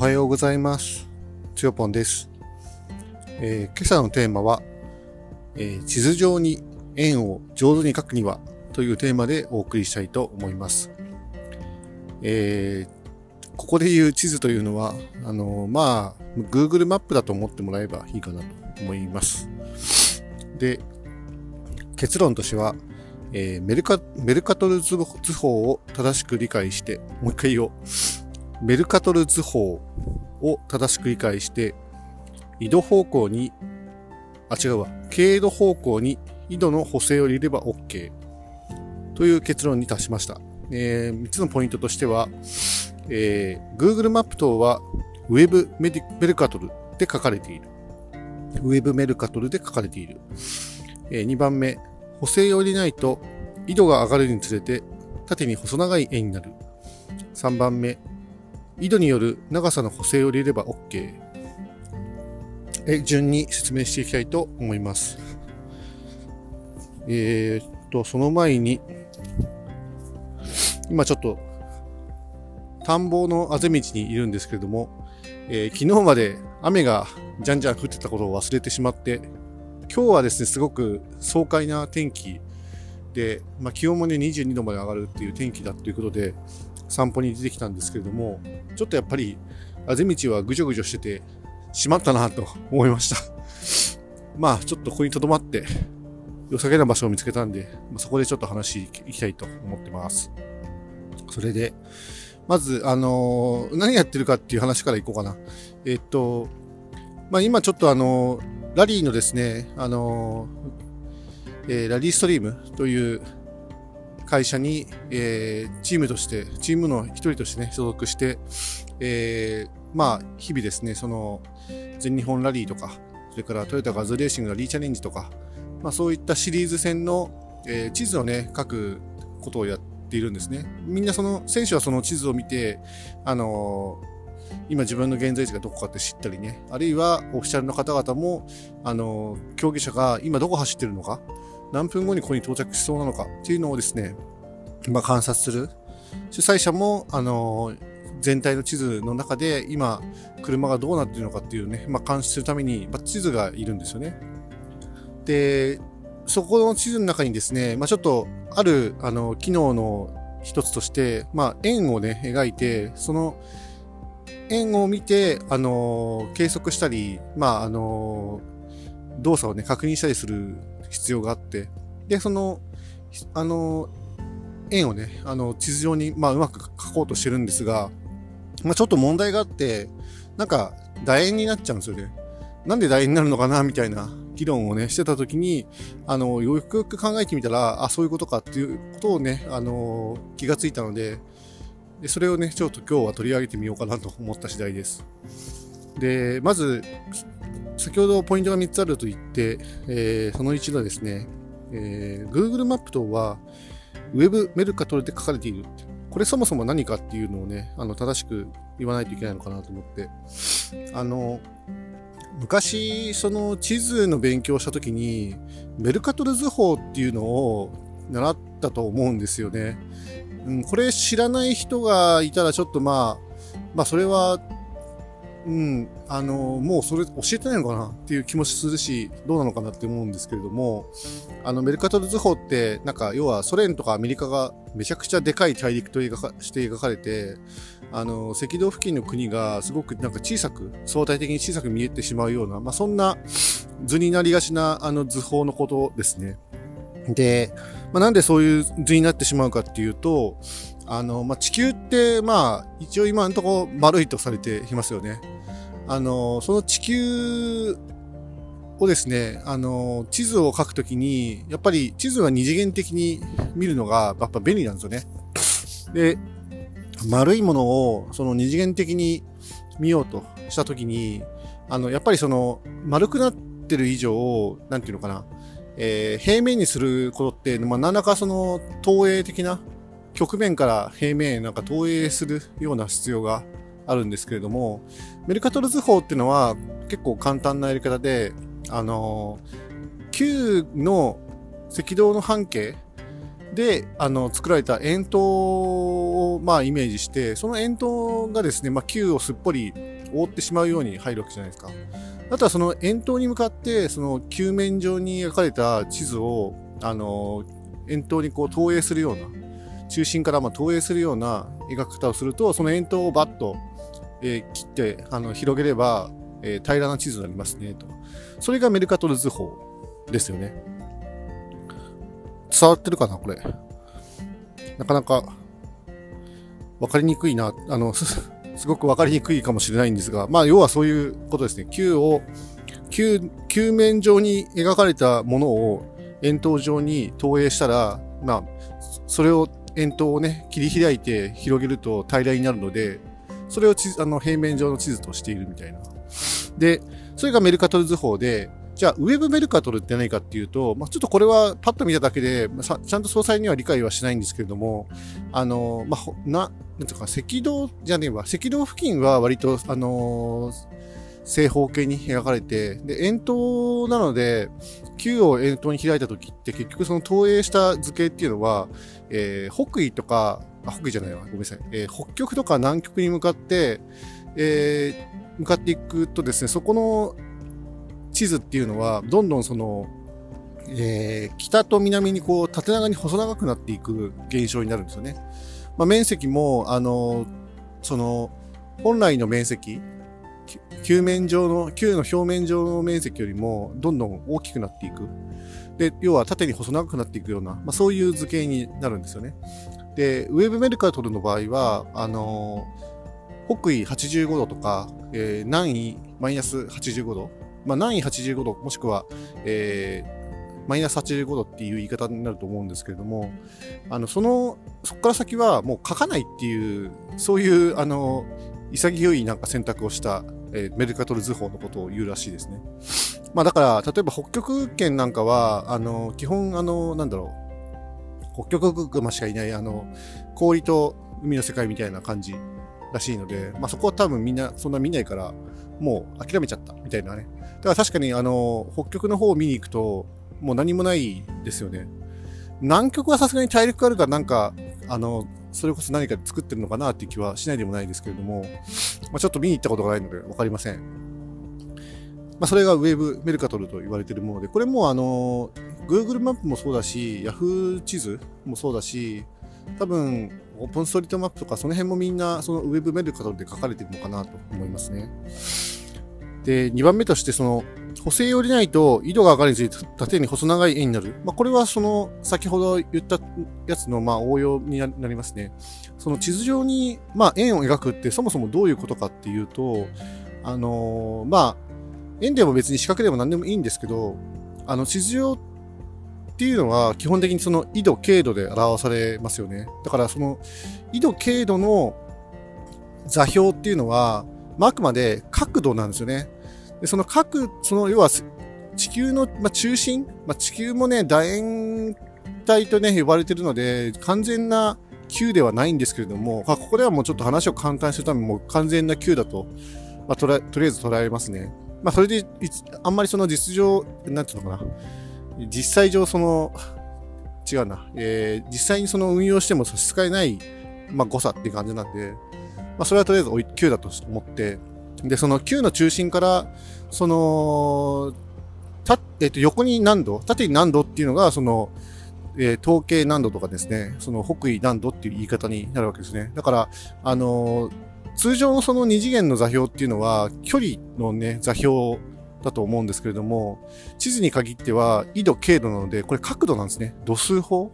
はようございます。つよぽんです。今朝のテーマは、地図上に円を上手に描くにはというテーマでお送りしたいと思います。ここで言う地図というのは、Google マップだと思ってもらえばいいかなと思います。で、結論としては、メルカトル図法を正しく理解して、もう一回言おう。メルカトル図法を正しく理解して、経度方向に緯度の補正を入れれば OK という結論に達しました。3つのポイントとしては、Google マップ等は Web メルカトルで書かれている。Web メルカトルで書かれている。2番目、補正を入れないと緯度が上がるにつれて縦に細長い円になる。3番目、緯度による長さの補正を入れれば OK。順に説明していきたいと思います。その前に、今ちょっと田んぼのあぜ道にいるんですけれども、昨日まで雨がじゃんじゃん降ってたことを忘れてしまって、今日はですね、すごく爽快な天気で、気温もね、22度まで上がるっていう天気だということで、散歩に出てきたんですけれども、ちょっとやっぱり、あぜ道はぐじょぐじょしてて、しまったなと思いました。ちょっとここに留まって、良さげな場所を見つけたんで、そこでちょっと話していきたいと思ってます。それで、まず、何やってるかっていう話からいこうかな。今ちょっとラリーのですね、ラリーストリームという会社に、チームの一人としてね、所属して、日々ですね、その、全日本ラリーとか、それからトヨタガズレーシングのリーチャレンジとか、そういったシリーズ戦の、地図をね、書くことをやっているんですね。みんな選手はその地図を見て、今自分の現在地がどこかって知ったりね、あるいはオフィシャルの方々も、競技者が今どこ走ってるのか、何分後にここに到着しそうなのかっていうのをですね、観察する。主催者も、全体の地図の中で今、車がどうなっているのかっていうね、監視するために、地図がいるんですよね。で、そこの地図の中にですね、ちょっと、ある、機能の一つとして、円をね、描いて、その、円を見て、計測したり、動作をね、確認したりする必要があって、で、その、円をね、地図上に、うまく書こうとしてるんですが、ちょっと問題があって、楕円になっちゃうんですよね。なんで楕円になるのかなみたいな議論をね、してたときに、よくよく考えてみたら、そういうことかっていうことをね、気がついたので、それをね、ちょっと今日は取り上げてみようかなと思った次第です。で、まず、先ほどポイントが3つあると言って、その1がですね、Google マップ等は Web メルカトルで書かれている。これそもそも何かっていうのをね、正しく言わないといけないのかなと思って、昔、その地図の勉強したときに、メルカトル図法っていうのを習ったと思うんですよね。これ知らない人がいたらちょっとそれは、もうそれ教えてないのかなっていう気もするし、どうなのかなって思うんですけれども、メルカトル図法って、要はソ連とかアメリカがめちゃくちゃでかい大陸として描かれて、赤道付近の国がすごく相対的に小さく見えてしまうような、そんな図になりがちな図法のことですね。で、なんでそういう図になってしまうかっていうと、地球って、一応今のところ丸いとされていますよね。その地球をですね、地図を描くときに、やっぱり地図は二次元的に見るのがやっぱ便利なんですよね。で、丸いものをその二次元的に見ようとしたときに、やっぱりその丸くなってる以上、なんていうのかな、平面にすることって、何らかその投影的な曲面から平面へ投影するような必要があるんですけれども、メルカトル図法っていうのは結構簡単なやり方で、球の赤道の半径で、作られた円筒を、イメージして、その円筒がですね、球をすっぽり覆ってしまうように入るわけじゃないですか。あとはその円筒に向かって、その球面上に描かれた地図を、円筒にこう投影するような、中心から投影するような描き方をすると、その円筒をバッと、切って広げれば、平らな地図になりますねと。それがメルカトル図法ですよね。伝わってるかなこれ。なかなか分かりにくいな。すごく分かりにくいかもしれないんですが、要はそういうことですね。球面上に描かれたものを円筒状に投影したら、それを円筒をね、切り開いて広げると平らになるので、それを平面上の地図としているみたいな。で、それがメルカトル図法で、じゃあ、ウェブメルカトルって何かっていうと、ちょっとこれはパッと見ただけで、ちゃんと詳細には理解はしないんですけれども、なんていうか、赤道付近は割と、正方形に描かれて、で、円筒なので、球を円筒に開いた時って結局その投影した図形っていうのは、北緯とか、北緯じゃないわ、ごめんなさい、北極とか南極に向かって、いくとですね、そこの地図っていうのは、どんどんその、北と南にこう、縦長に細長くなっていく現象になるんですよね。面積も、その、本来の面積、球の表面上の面積よりも、どんどん大きくなっていく。で、要は縦に細長くなっていくような、そういう図形になるんですよね。で、ウェブメルカトルの場合は、北緯85度とか、南緯マイナス85度、南緯85度、もしくは、マイナス85度っていう言い方になると思うんですけれども、そこから先はもう書かないっていう、そういう、潔い選択をした、メルカトル図法のことを言うらしいですね。だから、例えば北極圏なんかは、基本、北極熊しかいない、氷と海の世界みたいな感じらしいので、そこは多分みんなそんな見ないから、もう諦めちゃったみたいなね。だから確かに北極の方を見に行くと、もう何もないですよね。南極はさすがに大陸があるからそれこそ何かで作ってるのかなっていう気はしないでもないですけれども、ちょっと見に行ったことがないのでわかりません。それがウェブメルカトルと言われているもので、これもGoogle マップもそうだし、Yahoo 地図もそうだし、多分、オープンストリートマップとかその辺もみんなそのウェブメルカトルで書かれているのかなと思いますね。で、2番目として補正寄りないと緯度が上がりについて縦に細長い円になる。これは先ほど言ったやつの応用になりますね。その地図上に円を描くってそもそもどういうことかっていうと、円でも別に四角でも何でもいいんですけど、地図上っていうのは基本的にその緯度、経度で表されますよね。だからその緯度、経度の座標っていうのは、あくまで角度なんですよね。で要は地球の、中心、地球もね、楕円体とね、呼ばれているので、完全な球ではないんですけれども、ここではもうちょっと話を簡単にするためにもう完全な球だと、とりあえず捉えますね。それで、あんまり実情、なんていうのかな。実際上違うな。実際に運用しても差し支えない、誤差っていう感じなんで、それはとりあえず9だと思って、で、その9の中心から、横に何度、縦に何度っていうのが、統計何度とかですね、北緯何度っていう言い方になるわけですね。だから、通常の2次元の座標っていうのは、距離のね、座標だと思うんですけれども、地図に限っては、緯度、経度なので、これ角度なんですね。度数法。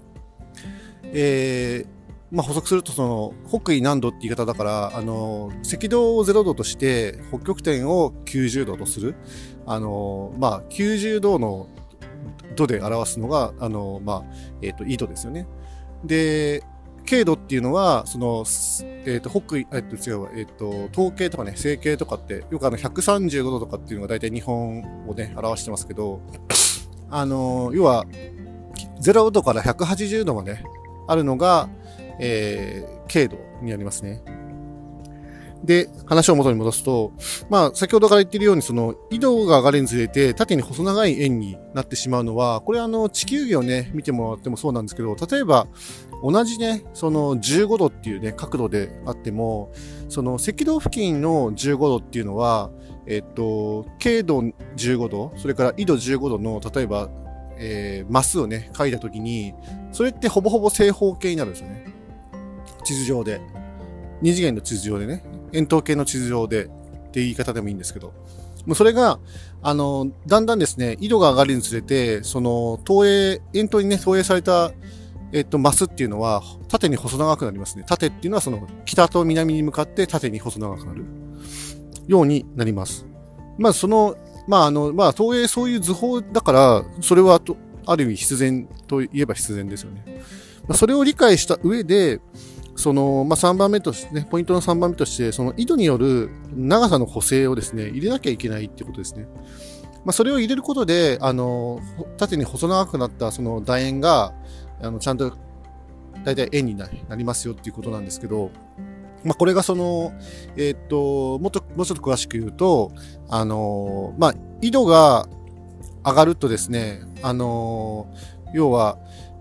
補足すると、北緯何度って言い方だから、赤道を0度として、北極点を90度とする。90度の度で表すのが、緯度ですよね。で、経度っていうのは、北緯、統計とかね、整形とかって、よく135度とかっていうのが大体日本をね、表してますけど、要は、0度から180度まであるのが、経度になりますね。 で、話を元に戻すと、まあ、先ほどから言っているように、その、緯度が上がるにつれて、縦に細長い円になってしまうのは、これ地球儀をね、見てもらってもそうなんですけど、例えば、同じね、その15度っていうね、角度であっても、その赤道付近の15度っていうのは、経度15度、それから緯度15度の、例えば、マスをね、書いたときに、それってほぼほぼ正方形になるんですよね。地図上で。二次元の地図上でね、円筒形の地図上でっていう言い方でもいいんですけど、もうそれが、だんだんですね、緯度が上がるにつれて、その、円筒にね、投影された、マスっていうのは、縦に細長くなりますね。縦っていうのは、その、北と南に向かって縦に細長くなるようになります。まあ、その、投影そういう図法だから、それはある意味必然といえば必然ですよね。まあ、それを理解した上で、その、3番目としてね、ポイントの3番目として、その緯度による長さの補正をですね、入れなきゃいけないっていうことですね。それを入れることで、縦に細長くなったその楕円が、ちゃんと、だいたい円になりますよっていうことなんですけど、これがその、もうちょっと詳しく言うと、緯度が上がるとですね、要は、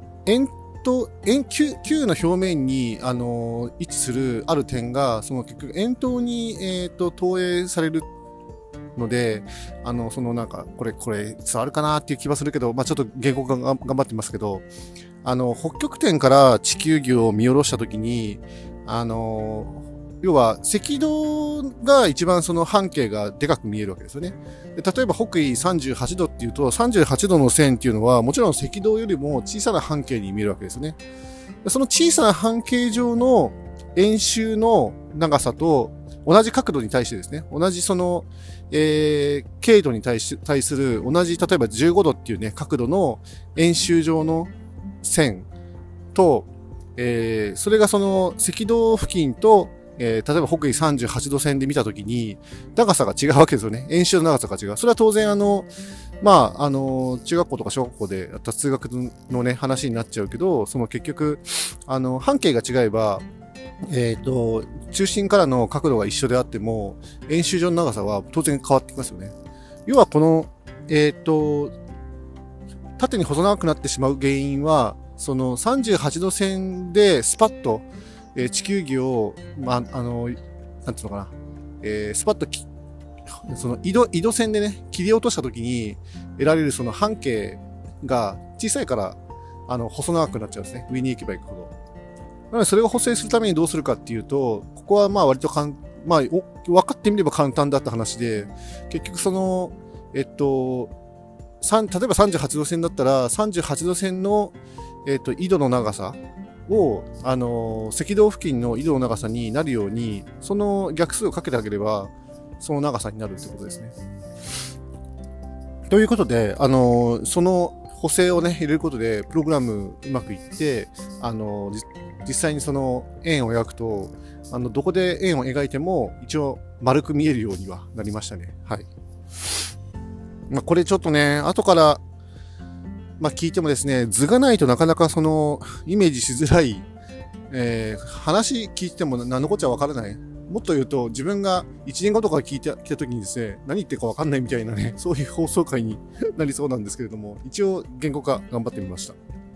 球の表面に、位置するある点が、その結局円筒に、投影されるので、そのなんか、これ伝わるかなっていう気はするけど、ちょっと言語化頑張ってますけど、北極点から地球儀を見下ろしたときに、要は赤道が一番その半径がでかく見えるわけですよね。で例えば北緯38度っていうと、38度の線っていうのはもちろん赤道よりも小さな半径に見えるわけですよね。でその小さな半径上の円周の長さと同じ角度に対してですね、同じその、経度に対する同じ、例えば15度っていうね、角度の円周上の線と、それがその赤道付近と例えば北緯38度線で見たときに、長さが違うわけですよね。円周の長さが違う。それは当然中学校とか小学校でやった数学のね、話になっちゃうけど、その結局、半径が違えば、中心からの角度が一緒であっても、円周上の長さは当然変わってきますよね。要はこの、縦に細長くなってしまう原因は、その38度線でスパッと、地球儀を、なんていうのかな、スパッとその緯度線でね、切り落としたときに得られるその半径が小さいから、細長くなっちゃうんですね。上に行けば行くほど。なので、それを補正するためにどうするかっていうと、ここは割と分かってみれば簡単だった話で、結局その、例えば38度線だったら、38度線の、緯度の長さを、赤道付近の緯度の長さになるように、その逆数をかけてあげれば、その長さになるってことですね。ということで、その補正をね、入れることで、プログラムうまくいって、実際にその円を描くと、どこで円を描いても、一応丸く見えるようにはなりましたね。はい。これちょっとね、後から、聞いてもですね、図がないとなかなかその、イメージしづらい、話聞いても何のこっちゃわからない。もっと言うと、自分が1年後とか聞いてきたときにですね、何言ってるかわかんないみたいなね、そういう放送回になりそうなんですけれども、一応言語化頑張ってみました。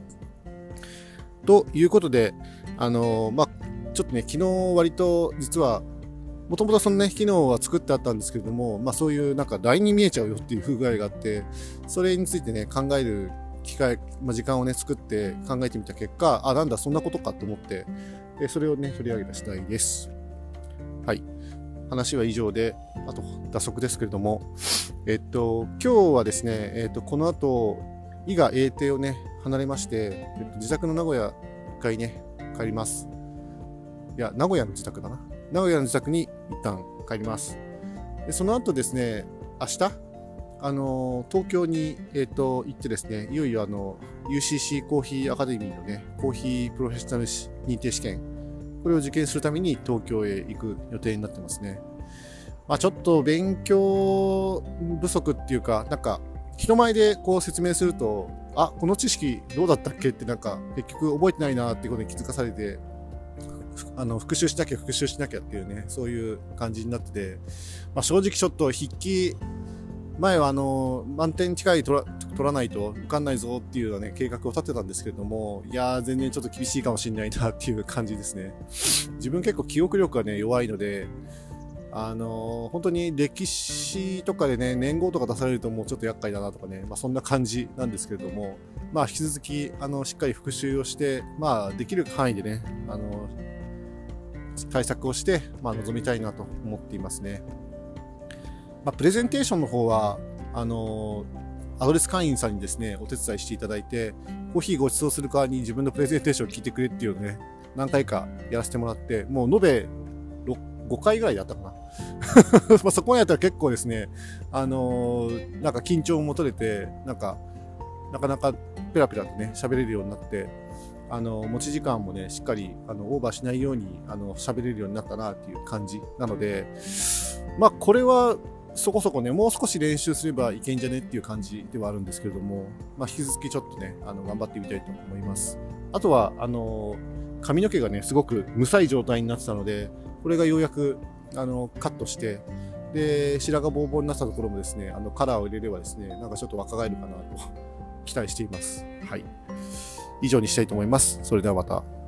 ということで、ちょっとね、昨日割と実は、もともとそのね、機能は作ってあったんですけれども、そういうなんか LINE に見えちゃうよっていう不具合があって、それについてね、考える機会、時間をね、作って考えてみた結果、なんだ、そんなことかと思って、それをね、取り上げた次第です。はい。話は以上で、あと、打足ですけれども、今日はですね、この後、伊賀英帝をね、離れまして、自宅の名古屋一回ね、帰ります。いや、名古屋の自宅だな。名古屋の自宅に一旦帰ります。でその後ですね、明日、東京に、行ってですね、いよいよUCC コーヒーアカデミーのね、コーヒープロフェッショナル認定試験、これを受験するために東京へ行く予定になってますね。ちょっと勉強不足っていうか、なんか、人前でこう説明すると、この知識どうだったっけってなんか、結局覚えてないなっていうことに気づかされて、 復習しなきゃっていうね、そういう感じになってて、まあ、正直ちょっと筆記、前は満点近い取らないと受かんないぞっていうようなね、計画を立てたんですけれども、いやー、全然ちょっと厳しいかもしれないなっていう感じですね。自分結構記憶力がね、弱いので、本当に歴史とかでね、年号とか出されるともうちょっと厄介だなとかね、まあそんな感じなんですけれども、まあ引き続き、しっかり復習をして、まあできる範囲でね、対策をして、まあ臨みたいなと思っていますね。まあ、プレゼンテーションの方は、アドレス会員さんにですね、お手伝いしていただいて、コーヒーご馳走する代わりに自分のプレゼンテーションを聞いてくれっていうのをね、何回かやらせてもらって、もう延べ5回ぐらいやったかな。まあそこまでやったら結構ですね、なんか緊張も取れて、なかなかペラペラとね、喋れるようになって、持ち時間もね、しっかり、オーバーしないように、喋れるようになったなっていう感じなので、まあこれは、そこそこね、もう少し練習すればいけんじゃねっていう感じではあるんですけれども、まあ引き続きちょっとね、頑張ってみたいと思います。あとは、髪の毛がね、すごく無い状態になってたので、これがようやく、カットして、で、白髪ボーボーになったところもですね、カラーを入れればですね、なんかちょっと若返るかなと期待しています。はい。以上にしたいと思います。それではまた。